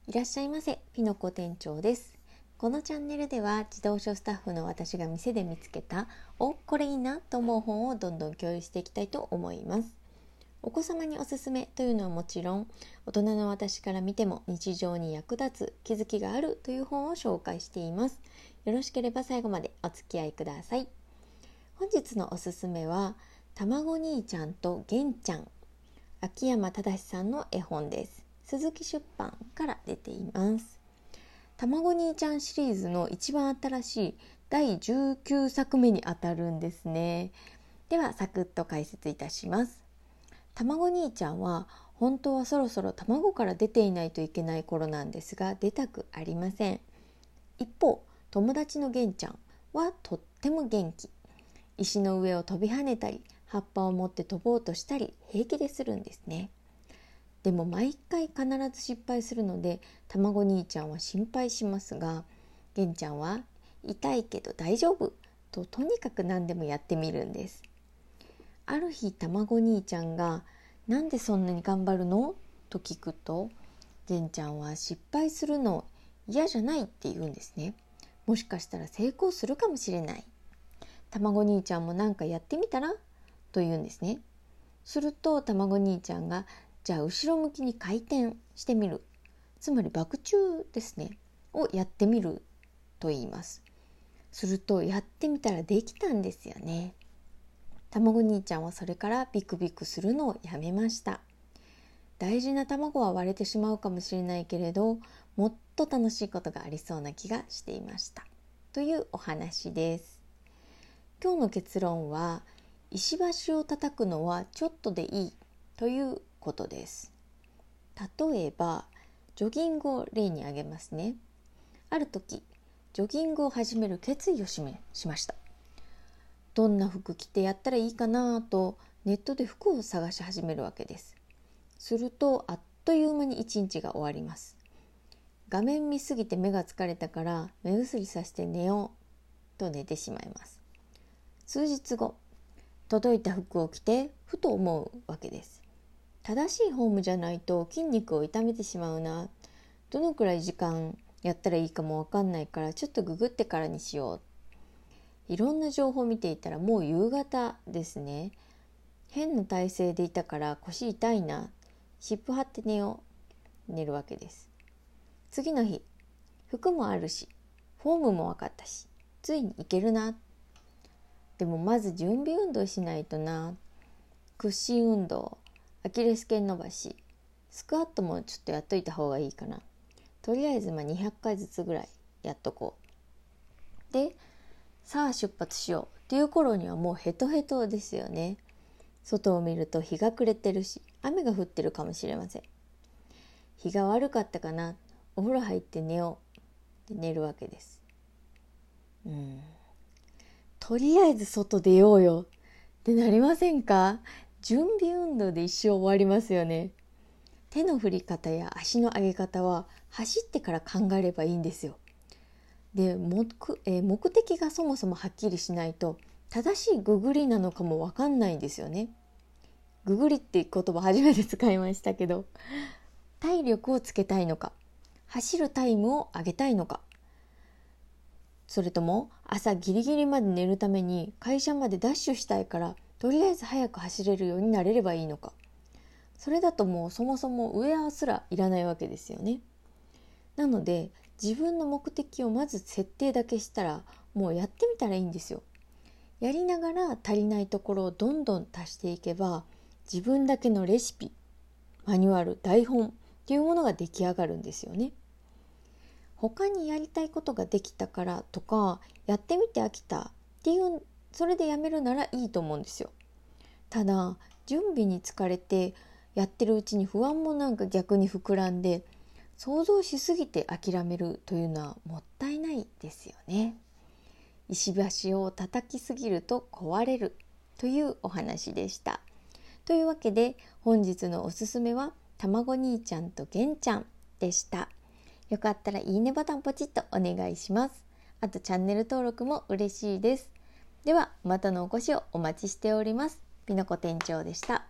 いらっしゃいませ、ピノコ店長です。このチャンネルでは自動書スタッフの私が店で見つけたこれいいなと思う本をどんどん共有していきたいと思います。お子様におすすめというのはもちろん、大人の私から見ても日常に役立つ気づきがあるという本を紹介しています。よろしければ最後までお付き合いください。本日のおすすめはたまご兄ちゃんとげんちゃん、秋山正さんの絵本です。鈴木出版から出ています。たまご兄ちゃんシリーズの一番新しい第19作目にあたるんですね。ではサクッと解説いたします。たまご兄ちゃんは本当はそろそろ卵から出ていないといけない頃なんですが、出たくありません。一方、友達のげんちゃんはとっても元気。石の上を飛び跳ねたり、葉っぱを持って飛ぼうとしたり平気でするんですね。でも毎回必ず失敗するので、たまご兄ちゃんは心配しますが、げんちゃんは痛いけど大丈夫ととにかく何でもやってみるんです。ある日、たまご兄ちゃんがなんでそんなに頑張るのと聞くと、げんちゃんは失敗するの嫌じゃないって言うんですね。もしかしたら成功するかもしれない。たまご兄ちゃんもなんかやってみたらと言うんですね。するとたまご兄ちゃんが、じゃあ後ろ向きに回転してみる、つまりバク宙ですねをやってみると言います。するとやってみたらできたんですよね。たまご兄ちゃんはそれからビクビクするのをやめました。大事な卵は割れてしまうかもしれないけれど、もっと楽しいことがありそうな気がしていましたというお話です。今日の結論は、石橋を叩くのはちょっとでいいということです。例えばジョギングを例に挙げますね。ある時、ジョギングを始める決意をしました。どんな服着てやったらいいかなとネットで服を探し始めるわけです。するとあっという間に一日が終わります。画面見すぎて目が疲れたから目薬さして寝ようと寝てしまいます。数日後、届いた服を着てふと思うわけです。正しいフォームじゃないと筋肉を痛めてしまうな。どのくらい時間やったらいいかもわかんないから、ちょっとググってからにしよう。いろんな情報を見ていたらもう夕方ですね。変な体勢でいたから腰痛いな。湿布貼って寝よう。寝るわけです。次の日、服もあるしフォームも分かったし、ついに行けるな。でもまず準備運動しないとな。屈伸運動、アキレス腱伸ばし、スクワットもちょっとやっといた方がいいかな。とりあえず200回ずつぐらいやっとこう。で、さあ出発しようっていう頃にはもうヘトヘトですよね。外を見ると日が暮れてるし、雨が降ってるかもしれません。日が悪かったかな。お風呂入って寝ようって寝るわけです。とりあえず外出ようよってなりませんか？準備運動で一生終わりますよね。手の振り方や足の上げ方は走ってから考えればいいんですよ。で、目的がそもそもはっきりしないと、正しいググりなのかも分かんないんですよね。ググりって言葉初めて使いましたけど、体力をつけたいのか、走るタイムを上げたいのか、それとも朝ギリギリまで寝るために会社までダッシュしたいからとりあえず早く走れるようになれればいいのか。それだともうそもそもウェアすらいらないわけですよね。なので自分の目的をまず設定だけしたら、もうやってみたらいいんですよ。やりながら足りないところをどんどん足していけば、自分だけのレシピ、マニュアル、台本っていうものが出来上がるんですよね。他にやりたいことができたからとか、やってみて飽きたっていう、それでやめるならいいと思うんですよ。ただ準備に疲れてやってるうちに不安もなんか逆に膨らんで、想像しすぎて諦めるというのはもったいないですよね。石橋を叩きすぎると壊れるというお話でした。というわけで本日のおすすめはたまご兄ちゃんとげんちゃんでした。よかったらいいねボタンポチッとお願いします。あとチャンネル登録も嬉しいです。ではまたのお越しをお待ちしております。ピノコ店長でした。